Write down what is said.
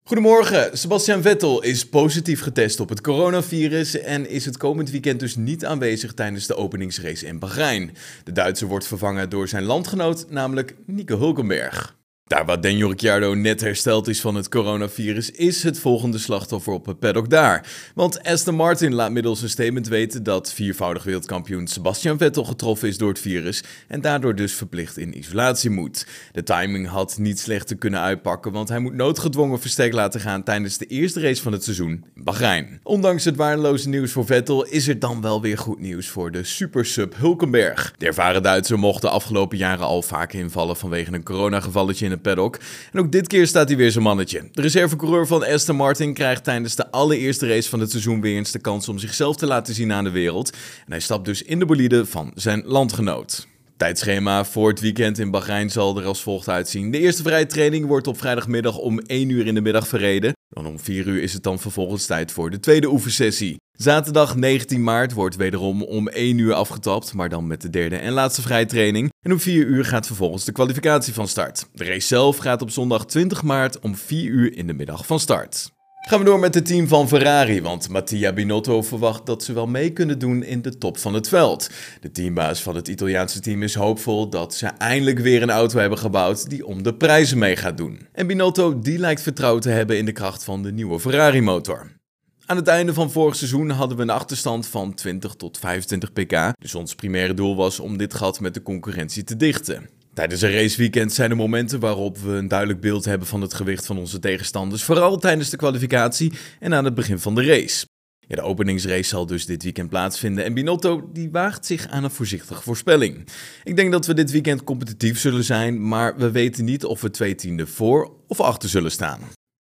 Goedemorgen, Sebastian Vettel is positief getest op het coronavirus en is het komend weekend dus niet aanwezig tijdens de openingsrace in Bahrein. De Duitser wordt vervangen door zijn landgenoot, namelijk Nico Hülkenberg. Daar waar Daniel Ricciardo net hersteld is van het coronavirus, is het volgende slachtoffer op het paddock daar. Want Aston Martin laat middels een statement weten dat viervoudig wereldkampioen Sebastian Vettel getroffen is door het virus en daardoor dus verplicht in isolatie moet. De timing had niet slechter kunnen uitpakken, want hij moet noodgedwongen verstek laten gaan tijdens de eerste race van het seizoen in Bahrein. Ondanks het waardeloze nieuws voor Vettel is er dan wel weer goed nieuws voor de supersub Hülkenberg. De ervaren Duitser mocht de afgelopen jaren al vaak invallen vanwege een coronagevalletje in het paddock. En ook dit keer staat hij weer zijn mannetje. De reservecoureur van Aston Martin krijgt tijdens de allereerste race van het seizoen weer eens de kans om zichzelf te laten zien aan de wereld. En hij stapt dus in de bolide van zijn landgenoot. Tijdschema voor het weekend in Bahrein zal er als volgt uitzien. De eerste vrije training wordt op vrijdagmiddag om 1 uur in de middag verreden. Dan om 4 uur is het dan vervolgens tijd voor de tweede oefensessie. Zaterdag 19 maart wordt wederom om 1 uur afgetapt, maar dan met de derde en laatste vrije training. En om 4 uur gaat vervolgens de kwalificatie van start. De race zelf gaat op zondag 20 maart om 4 uur in de middag van start. Gaan we door met het team van Ferrari, want Mattia Binotto verwacht dat ze wel mee kunnen doen in de top van het veld. De teambaas van het Italiaanse team is hoopvol dat ze eindelijk weer een auto hebben gebouwd die om de prijzen mee gaat doen. En Binotto die lijkt vertrouwen te hebben in de kracht van de nieuwe Ferrari-motor. Aan het einde van vorig seizoen hadden we een achterstand van 20 tot 25 pk, dus ons primaire doel was om dit gat met de concurrentie te dichten. Tijdens een raceweekend zijn er momenten waarop we een duidelijk beeld hebben van het gewicht van onze tegenstanders, vooral tijdens de kwalificatie en aan het begin van de race. Ja, de openingsrace zal dus dit weekend plaatsvinden en Binotto die waagt zich aan een voorzichtige voorspelling. Ik denk dat we dit weekend competitief zullen zijn, maar we weten niet of we 2 tienden voor of achter zullen staan.